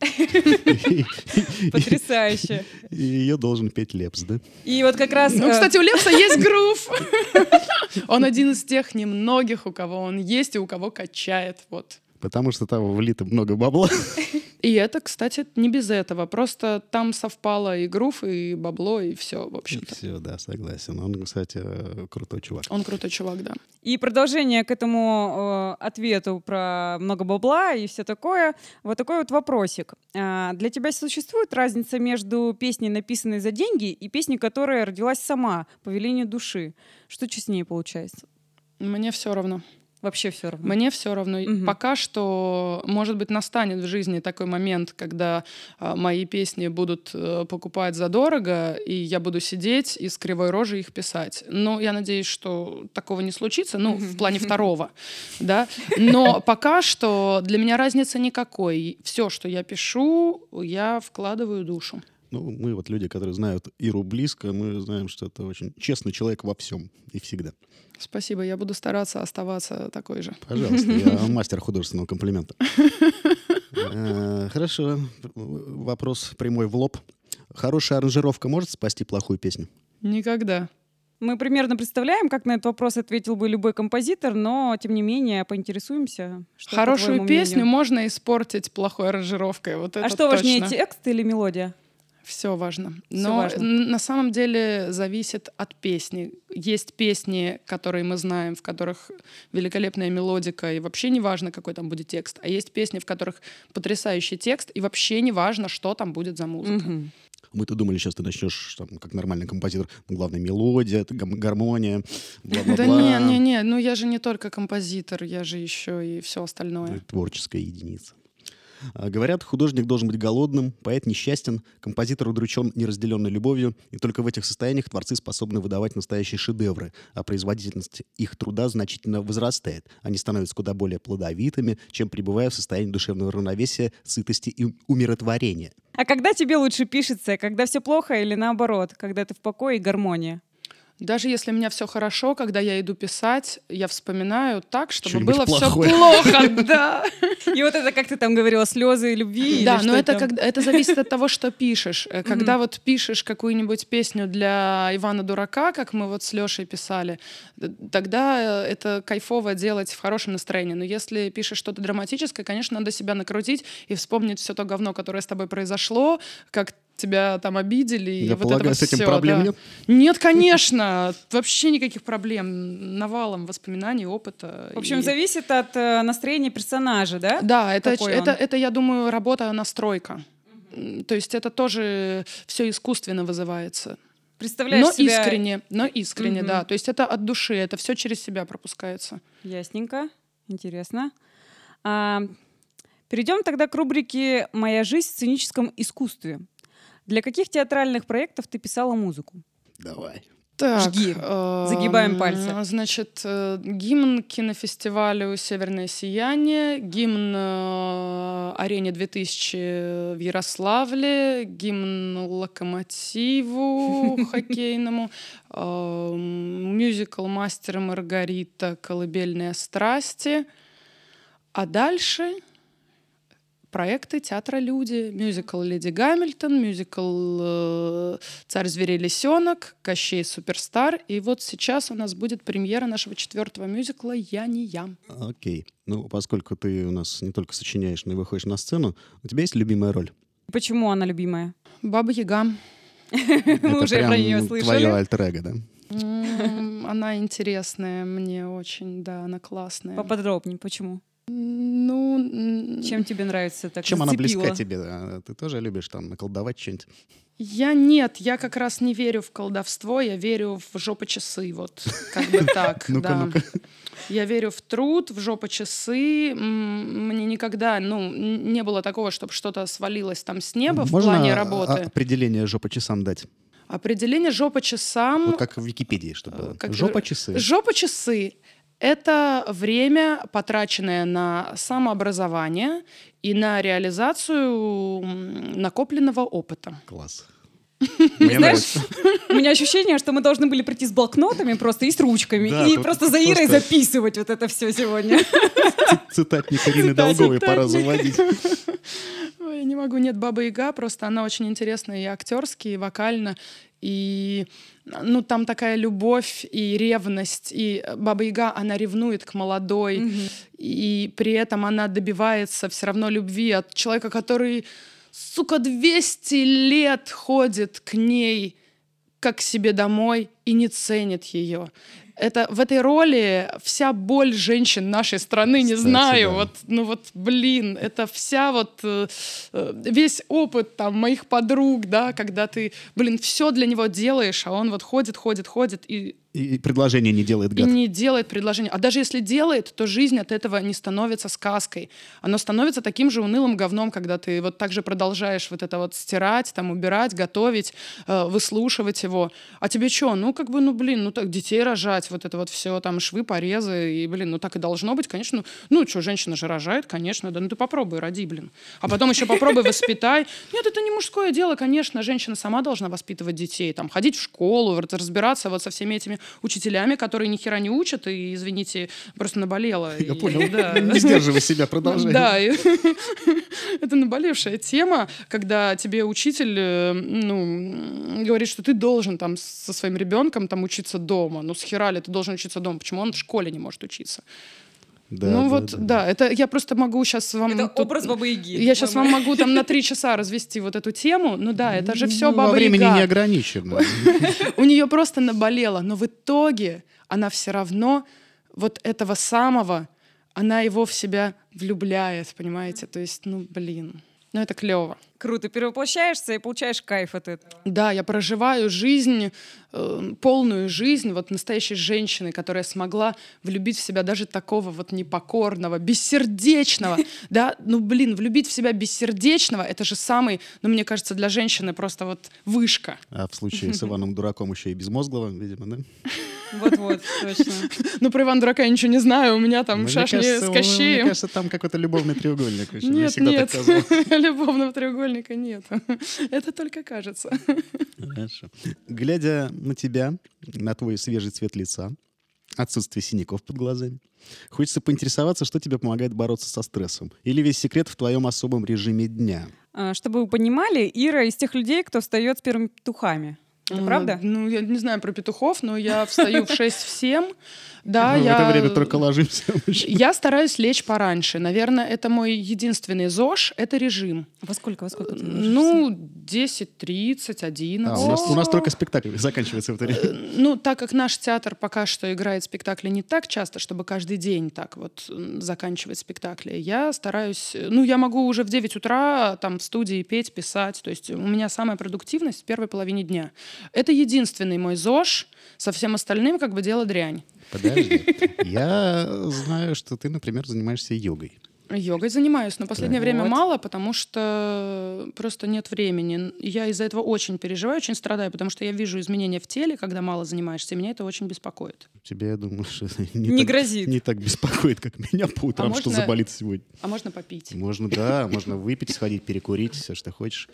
Потрясающе. И ее должен петь Лепс, да? И вот как раз... Ну, э, кстати, у Лепса есть грув. Он один из тех немногих, у кого он есть и у кого качает. Вот. Потому что там влито много бабла. И это, кстати, не без этого. Просто там совпало и грув, и бабло, и все, в общем-то. Все, да, согласен. Он, кстати, э, крутой чувак. Он крутой чувак, да. И продолжение к этому э, ответу про много бабла и все такое. Вот такой вот вопросик. А, для тебя существует разница между песней, написанной за деньги, и песней, которая родилась сама по велению души? Что честнее получается? Мне все равно. Вообще все равно. Мне все равно. Мгм. Пока что, может быть, настанет в жизни такой момент, когда а, мои песни будут э, покупать задорого, и я буду сидеть и с кривой рожей их писать. Но я надеюсь, что такого не случится, ну, в плане второго, да. Но пока что для меня разницы никакой. Все, что я пишу, я вкладываю душу. Ну, мы вот люди, которые знают Иру близко, мы знаем, что это очень честный человек во всем и всегда. Спасибо, я буду стараться оставаться такой же. Пожалуйста, я мастер художественного комплимента. Э, Хорошо. Вопрос прямой в лоб. Хорошая аранжировка может спасти плохую песню? Никогда. Мы примерно представляем, как на этот вопрос ответил бы любой композитор, но, тем не менее, поинтересуемся. Что, по Хорошую твоему песню мнению? можно испортить плохой аранжировкой. Вот это А что важнее, точно. текст или мелодия? Все важно. Всё Но важно. н- на самом деле зависит от песни. Есть песни, которые мы знаем, в которых великолепная мелодика, и вообще не важно, какой там будет текст. А есть песни, в которых потрясающий текст, и вообще не важно, что там будет за музыка. Мгм. Мы-то думали, сейчас ты начнешь, там, как нормальный композитор, главная мелодия, это гам- гармония, бла-бла-бла. Да не, не, не, ну я же не только композитор, я же еще и все Ты остальное. Творческая единица. А, Говорят, художник должен быть голодным, поэт несчастен, композитор удручен неразделенной любовью, и только в этих состояниях творцы способны выдавать настоящие шедевры, а производительность их труда значительно возрастает. Они становятся куда более плодовитыми, чем пребывая в состоянии душевного равновесия, сытости и умиротворения. А когда тебе лучше пишется? Когда все плохо или наоборот? Когда ты в покое и гармония? Даже если у меня все хорошо, когда я иду писать, я вспоминаю так, чтобы Что-нибудь было все плохое. плохо, да. И вот это, как ты там говорила, слезы любви? или Да, что но это, там? когда, это зависит от того, что пишешь. Э, Когда вот пишешь какую-нибудь песню для Ивана Дурака, как мы вот с Лешей писали, т- тогда э, это кайфово делать в хорошем настроении. Но если пишешь что-то драматическое, конечно, надо себя накрутить и вспомнить все то говно, которое с тобой произошло, как тебя там обидели. и Я вот полагаю, это вот с этим всё, проблем да. нет? Нет, конечно. Вообще никаких проблем. Навалом воспоминаний, опыта. В общем, и- зависит от э, настроения персонажа, да? Да, это, Какой это, он? это, я думаю, работа настройка. М, То есть это тоже все искусственно вызывается. Представляешь Но себя... искренне, но искренне, Мгм. да. То есть это от души, это все через себя пропускается. Ясненько. Интересно. А, перейдем тогда к рубрике «Моя жизнь в сценическом искусстве». Для каких театральных проектов ты писала музыку? Давай. Так, Жги. эм, Загибаем пальцы. Значит, э, гимн кинофестивалю «Северное сияние», гимн э, «Арене две тысячи» в Ярославле, гимн «Локомотиву» хоккейному, эм, мюзикл «Мастер и Маргарита. Колыбельные страсти». А дальше проекты театра «Люди». Мюзикл «Леди Гамильтон», мюзикл э, «Царь зверей лисенок», «Кощей суперстар». И вот сейчас у нас будет премьера нашего четвертого мюзикла «Я не я». Окей. Ну, поскольку ты у нас не только сочиняешь, но и выходишь на сцену, у тебя есть любимая роль? Почему она любимая? Баба Яга. Мы уже прям про нее твое слышали. альтер-эго, да? М, Она интересная мне очень, да, она классная. Поподробнее, почему? Ну, м, Чем тебе нравится так Чем она зацепила? близка тебе? А Ты тоже любишь там наколдовать что-нибудь? я нет, я как раз не верю в колдовство, я верю в жопочасы, вот как бы так, Ну-ка, да. ну-ка. Я верю в труд, в жопочасы. М, Мне никогда, ну, н- не было такого, чтобы что-то свалилось там с неба в Можно плане а- работы. определение жопа часам дать? Определение жопочасам. Вот как в Википедии, чтобы было. Э, как- Жопа часы. Жопочасы — это время, потраченное на самообразование и на реализацию м, накопленного опыта. Класс. Мне Знаешь, нравится. у меня ощущение, что мы должны были прийти с блокнотами просто и с ручками, Да, и тут просто за Ирой просто- записывать вот это все сегодня. Цитатник Ирины Цитатник. Долговой пора заводить. Ой, я не могу, нет, Баба Яга, просто она очень интересная и актерски, и вокально, и ну там такая любовь и ревность, и Баба Яга, она ревнует к молодой, и при этом она добивается все равно любви от человека, который, сука, двести лет ходит к ней как к себе домой и не ценит ее. это в этой роли вся боль женщин нашей страны, не Кстати, знаю, да. вот, ну вот, блин, это вся вот, э, э, весь опыт там моих подруг, да, когда ты, блин, все для него делаешь, а он вот ходит, ходит, ходит и И предложение не делает и гад. не делает предложение. А даже если делает, то жизнь от этого не становится сказкой. Оно становится таким же унылым говном, когда ты вот так же продолжаешь вот это вот стирать, там, убирать, готовить, э, выслушивать его. А тебе что? Ну, как бы, ну, блин, ну, так детей рожать, вот это вот все, там, швы, порезы, и, блин, ну, так и должно быть, конечно. Ну, ну что, женщина же рожает, конечно, да, ну, ты попробуй, роди, блин. А потом еще попробуй, воспитай. Нет, это не мужское дело, конечно, женщина сама должна воспитывать детей, там, ходить в школу, разбираться вот со всеми этими учителями, которые ни хера не учат, и, извините, просто наболела. Я И, понял. да. Не сдерживай себя, продолжай. Да, и это наболевшая тема, когда тебе учитель, э, ну, говорит, что ты должен там со своим ребенком там учиться дома. Ну, с хера ли ты должен учиться дома? Почему он в школе не может учиться? Да, ну да, вот, да. да, это я просто могу сейчас вам... Это тут- образ Бабы-Яги. Я сейчас вам Мы- могу там на три часа развести вот эту тему. Ну да, это же все Ну, во Баба времени Яга. не ограничено. У нее просто наболело, но в итоге она все равно вот этого самого, она его в себя влюбляет, понимаете? То есть, ну, блин, ну это клево. Круто, перевоплощаешься и получаешь кайф от этого. Да, я проживаю жизнь, э, полную жизнь вот настоящей женщины, которая смогла влюбить в себя даже такого вот непокорного, бессердечного, да, ну, блин, влюбить в себя бессердечного, это же самый, ну, мне кажется, для женщины просто вот вышка. А в случае с Иваном Дураком еще и безмозглого, видимо, да? Вот-вот, точно. Ну, про Ивана Дурака я ничего не знаю, у меня там Мне шашни кажется, с Мне Кощеем. кажется, там какой-то любовный треугольник. очень. Мне Нет, всегда нет, так казалось. любовного треугольника нет. Это только кажется. Хорошо. Глядя на тебя, на твой свежий цвет лица, отсутствие синяков под глазами, хочется поинтересоваться, что тебе помогает бороться со стрессом? Или весь секрет в твоем особом режиме дня? А, Чтобы вы понимали, Ира из тех людей, кто встает с первыми петухами. Это М, правда? Ну, я не знаю про петухов, но я встаю в шесть в семь. Да, Мы в я... это время только ложимся. обычно. Я стараюсь лечь пораньше. Наверное, это мой единственный ЗОЖ, это режим. Во сколько, во сколько ты ложишься? Ну, десять тридцать, одиннадцать. А, у, нас, у нас только спектакль заканчивается в это время. Ну, так как наш театр пока что играет спектакли не так часто, чтобы каждый день так вот м, заканчивать спектакли, я стараюсь... Ну, я могу уже в девять утра там в студии петь, писать. То есть у меня самая продуктивность в первой половине дня. Это единственный мой ЗОЖ. Со всем остальным как бы дело дрянь. Подожди. Я знаю, что ты, например, занимаешься йогой. Йогой занимаюсь, но последнее Так. время Вот. мало, потому что просто нет времени. Я из-за этого очень переживаю, очень страдаю, потому что я вижу изменения в теле, когда мало занимаешься, и меня это очень беспокоит. Тебя, я думаю, что это не, Не так, грозит. не так беспокоит, как меня по утрам, А что можно- заболит сегодня. А можно попить? Можно, да, можно выпить, сходить, перекурить, все, что хочешь.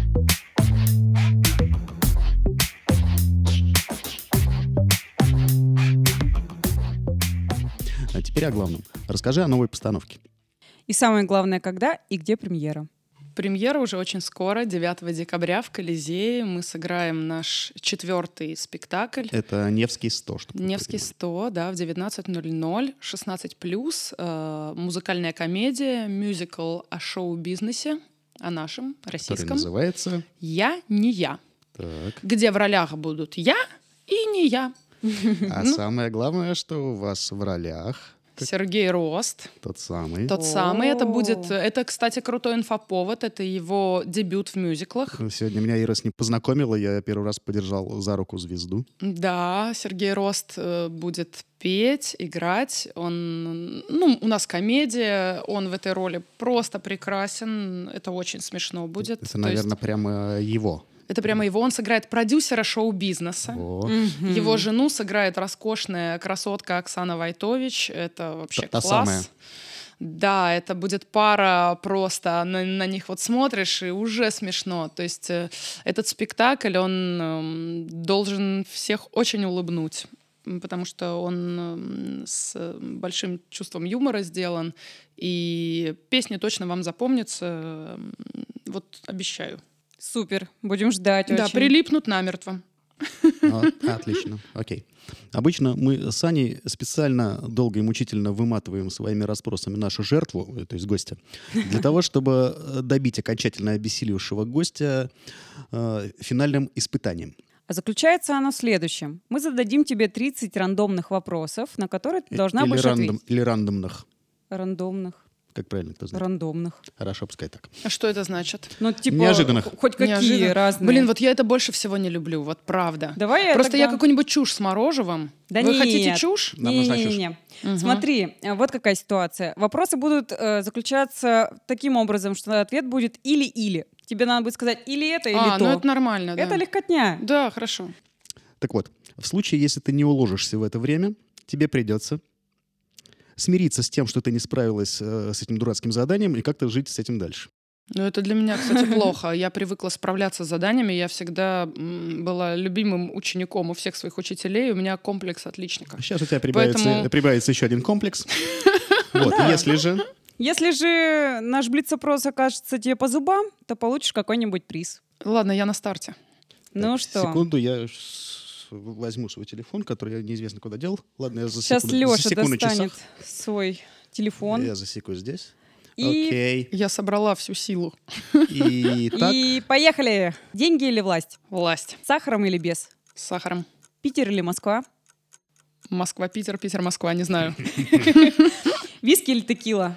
А теперь о главном. Расскажи о новой постановке. И самое главное, когда и где премьера? Премьера уже очень скоро, девятого декабря в Колизее. Мы сыграем наш четвертый спектакль. Это Невский сто. чтобы вы Невский понимали. сто, да, в девятнадцать ноль ноль, шестнадцать плюс, э, музыкальная комедия, мюзикл о шоу-бизнесе, о нашем, Который российском. называется... «Я не я», Так. где в ролях будут я и не я. А самое главное, что у вас в ролях Сергей Рост, тот самый. тот самый. Это О. будет, это, кстати, крутой инфоповод, это его дебют в мюзиклах. Сегодня меня Ира с ним познакомила, я первый раз подержал за руку звезду. Да, Сергей Рост э, будет петь, играть. Он, ну, у нас комедия, он в этой роли просто прекрасен. Это очень смешно будет. Это, То наверное, есть прямо его. это прямо его. Он сыграет продюсера шоу-бизнеса. О, Его жену сыграет роскошная красотка Оксана Войтович. Это вообще Та- та класс. самая. Да, это будет пара просто, на, на них вот смотришь, и уже смешно. То есть э, этот спектакль, он эм, должен всех очень улыбнуть, м, потому что он эм, с э, большим чувством юмора сделан, и песни точно вам запомнятся, эм, вот обещаю. Супер, будем ждать Да, очень. прилипнут намертво. а, отлично, окей. Обычно мы с Аней специально долго и мучительно выматываем своими расспросами нашу жертву, э, то есть гостя, для того, чтобы э, добить окончательно обессилевшего гостя э, финальным испытанием. А заключается оно в следующем. Мы зададим тебе тридцать рандомных вопросов, на которые ты должна или будешь рандом, ответить. Или рандомных. Рандомных. Как правильно, кто знает? Рандомных. Хорошо, пускай так. А что это значит? Ну, типа, Неожиданных. хоть какие Неожиданно. разные. Блин, вот я это больше всего не люблю, вот правда. Давай я Просто тогда... я какую-нибудь чушь с морожевым. Да Вы нет. хотите чушь? Нам нужна чушь. Не-не-не. Мгм. Смотри, э, вот какая ситуация. Вопросы будут э, заключаться таким образом, что ответ будет или-или. Тебе надо будет сказать или это, или А, то. ну это нормально, да. Это легкотня. Да, хорошо. Так вот, в случае, если ты не уложишься в это время, тебе придется смириться с тем, что ты не справилась э, с этим дурацким заданием, и как-то жить с этим дальше. Ну, это для меня, кстати, плохо. Я привыкла справляться с заданиями. Я всегда м, была любимым учеником у всех своих учителей. У меня комплекс отличника. Сейчас у тебя прибавится, Поэтому- прибавится еще один комплекс. Вот, если же... Если же наш блиц-опрос окажется тебе по зубам, то получишь какой-нибудь приз. Ладно, я на старте. Ну Так, что, Секунду, я с- возьму свой телефон, который я неизвестно куда дел. Ладно, я сейчас засеку, Леша засеку на достанет часах. свой телефон. Я засеку здесь. И, Окей. Я собрала всю силу. И так, и поехали. Деньги или власть? Власть. С сахаром или без? С сахаром. Питер или Москва? Москва, Питер, Питер, Москва, не знаю. Виски или текила?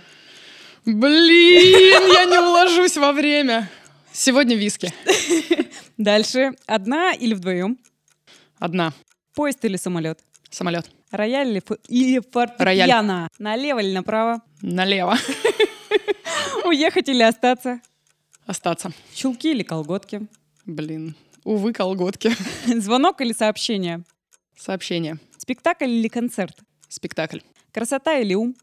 Блин, я не уложусь во время. Сегодня виски. Дальше. Одна или вдвоем? Одна. Поезд или самолет? Самолет. Рояль или, фо- или фортепиано? Налево или направо? Налево. Уехать или остаться? Остаться. Чулки или колготки? Блин. Увы, колготки. Звонок или сообщение? Сообщение. Спектакль или концерт? Спектакль. Красота или ум?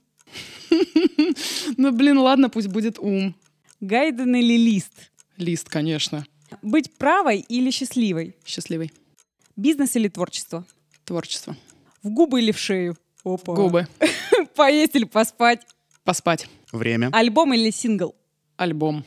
Ну, блин, ладно, пусть будет ум. Гайден или лист? Лист, конечно. Быть правой или счастливой? Счастливый. Бизнес или творчество? Творчество. В губы или в шею? Опа. Губы. Поесть или поспать? Поспать. время. Альбом или сингл? Альбом.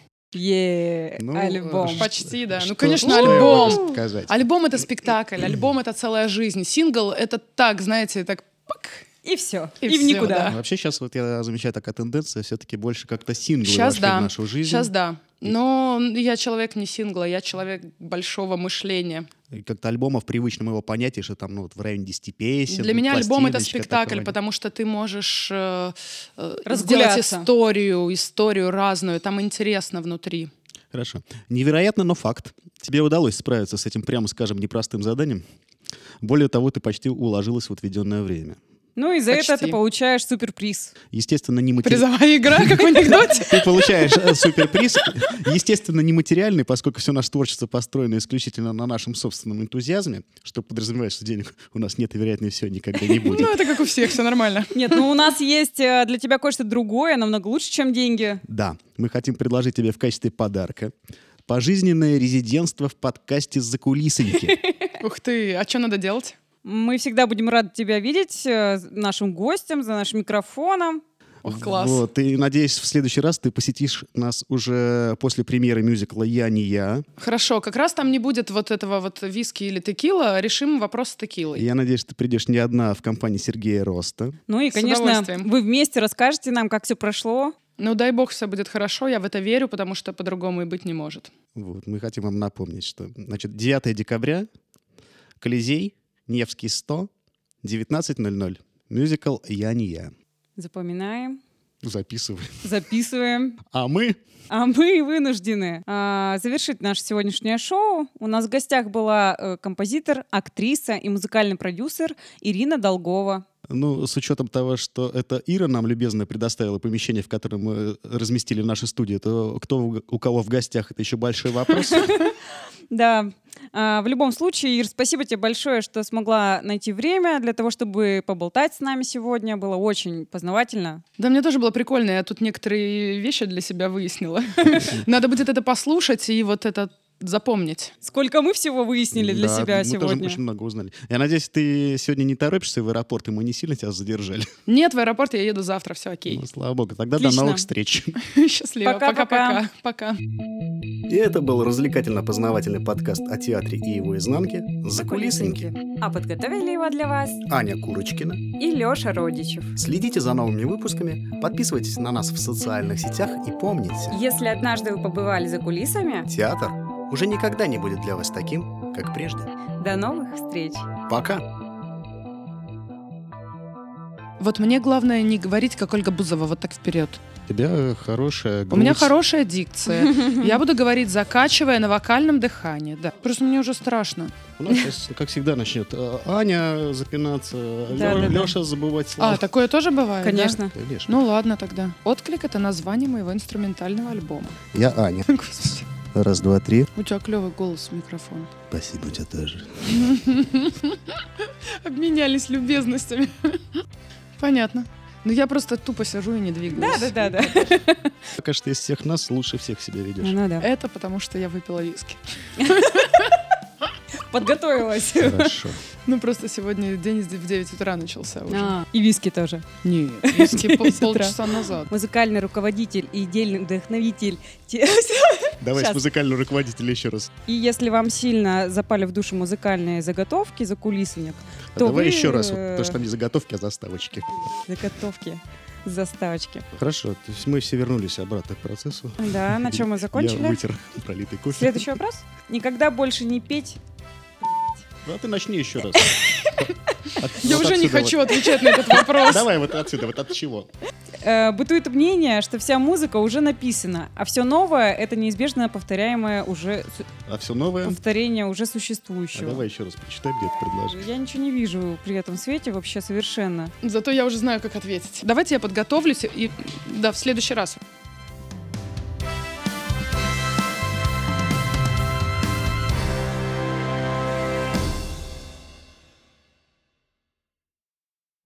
Е, Ну, альбом. э, Почти, да. Что- Ну, конечно, что я альбом. могу сказать? Альбом — это спектакль, альбом — это целая жизнь. Сингл — это так, знаете, так пак. И все. И И, в всё, никуда. да. Вообще сейчас вот я замечаю такая тенденция, все-таки больше как-то синглы Сейчас вошли да. в нашу жизнь. Сейчас да. Но я человек не сингла, я человек большого мышления. И как-то альбома в привычном его понятии, что там ну, вот в районе десяти песен. Для меня альбом — это пластиночка спектакль, такого. потому что ты можешь э, э, сделать Разгуляться. историю, историю разную. Там интересно внутри. Хорошо. Невероятно, но факт. Тебе удалось справиться с этим, прямо скажем, непростым заданием. Более того, ты почти уложилась в отведенное время. Ну и за Почти. это ты получаешь суперприз. Естественно, не матери- Призовая игра, как в анекдоте. Ты получаешь э, суперприз. Естественно, не материальный, поскольку все наше творчество построено исключительно на нашем собственном энтузиазме, что подразумевает, что денег у нас нет и, вероятнее всего, никогда не будет. Ну, это как у всех, все нормально. Нет, ну у нас есть э, для тебя кое-что другое, намного лучше, чем деньги. Да, мы хотим предложить тебе в качестве подарка пожизненное резидентство в подкасте «Закулисоньки». Ух ты, а что надо делать? Мы всегда будем рады тебя видеть э, нашим гостем, за нашим микрофоном. Ох, класс. Вот, и надеюсь, в следующий раз ты посетишь нас уже после премьеры мюзикла «Я не я». Хорошо, как раз там не будет вот этого вот виски или текила. Решим вопрос с текилой. Я надеюсь, ты придешь не одна, а в компании Сергея Роста. Ну и, С конечно, удовольствием. вы вместе расскажете нам, как все прошло. Ну, дай бог, все будет хорошо. Я в это верю, потому что по-другому и быть не может. Вот, мы хотим вам напомнить, что значит, девятого декабря, Колизей, Невский сто, девятнадцать ноль ноль. Мюзикл «Я не я». Запоминаем, Записывай. записываем. А мы... А мы вынуждены а, завершить наше сегодняшнее шоу. У нас в гостях была э, композитор, актриса и музыкальный продюсер Ирина Долгова. Ну, с учетом того, что это Ира нам любезно предоставила помещение, в котором мы разместили нашу студию, то кто у у кого в гостях, это еще большой вопрос. Да, а, в любом случае, Ир, спасибо тебе большое, что смогла найти время для того, чтобы поболтать с нами сегодня. Было очень познавательно. Да, мне тоже было прикольно. Я тут некоторые вещи для себя выяснила. Надо будет это послушать и вот это запомнить. Сколько мы всего выяснили для Да, себя мы тоже сегодня. очень много узнали. Я надеюсь, ты сегодня не торопишься в аэропорт, и мы не сильно тебя задержали. Нет, в аэропорт я еду завтра, все окей. Ну, слава богу. Тогда Отлично. до новых встреч. Счастливо. Пока-пока. Пока-пока. Пока. И это был развлекательно-познавательный подкаст о театре и его изнанке «Закулисоньки». А подготовили его для вас Аня Курочкина. и Леша Родичев. Следите за новыми выпусками, подписывайтесь на нас в социальных сетях и помните, Если однажды вы побывали за кулисами, театр уже никогда не будет для вас таким, как прежде. До новых встреч. Пока. Вот мне главное не говорить, как Ольга Бузова, вот так вперед. У тебя хорошая грудь. У меня хорошая дикция. Я буду говорить, закачивая на вокальном дыхании. Да. Просто мне уже страшно. У нас сейчас, как всегда, начнет э, Аня запинаться, Да, Лё- да, да. Лёша забывать слова. А, такое тоже бывает, да? Конечно. Конечно. Ну ладно тогда. «Отклик» — это название моего инструментального альбома. Я Аня. Господи. Раз, два, три. У тебя клевый голос в микрофон. Спасибо, у тебя тоже. Обменялись любезностями. Понятно. Ну я просто тупо сижу и не двигаюсь. Да-да-да. Кажется, из всех нас лучше всех себя ведешь. Ну да. Это потому, что я выпила виски. Подготовилась. Хорошо. Ну просто сегодня день в девять утра начался уже. А, И виски тоже. Нет, виски пол- Девять утра. полчаса назад. Музыкальный руководитель и идейный вдохновитель. Те- Давай Щас. с музыкального руководителя еще раз. И если вам сильно запали в душу музыкальные заготовки, закулисник, А то давай вы, еще раз, вот, э, потому что там не заготовки, а заставочки. заготовки, заставочки. Хорошо, то есть мы все вернулись обратно к процессу. Да, на чем мы Я закончили? вытер пролитый кофе. Следующий вопрос. Никогда больше не петь. Ну, а ты начни еще раз. От- Я вот уже не отсюда хочу вот. отвечать на этот вопрос. Давай вот отсюда, вот от чего? Э, бытует мнение, что вся музыка уже написана, а все новое — это неизбежно повторяемое уже су- А все новое? повторение уже А существующего. давай еще раз прочитай, где это предложишь. Я ничего не вижу при этом свете вообще совершенно. Зато я уже знаю, как ответить. Давайте я подготовлюсь и да, в следующий раз.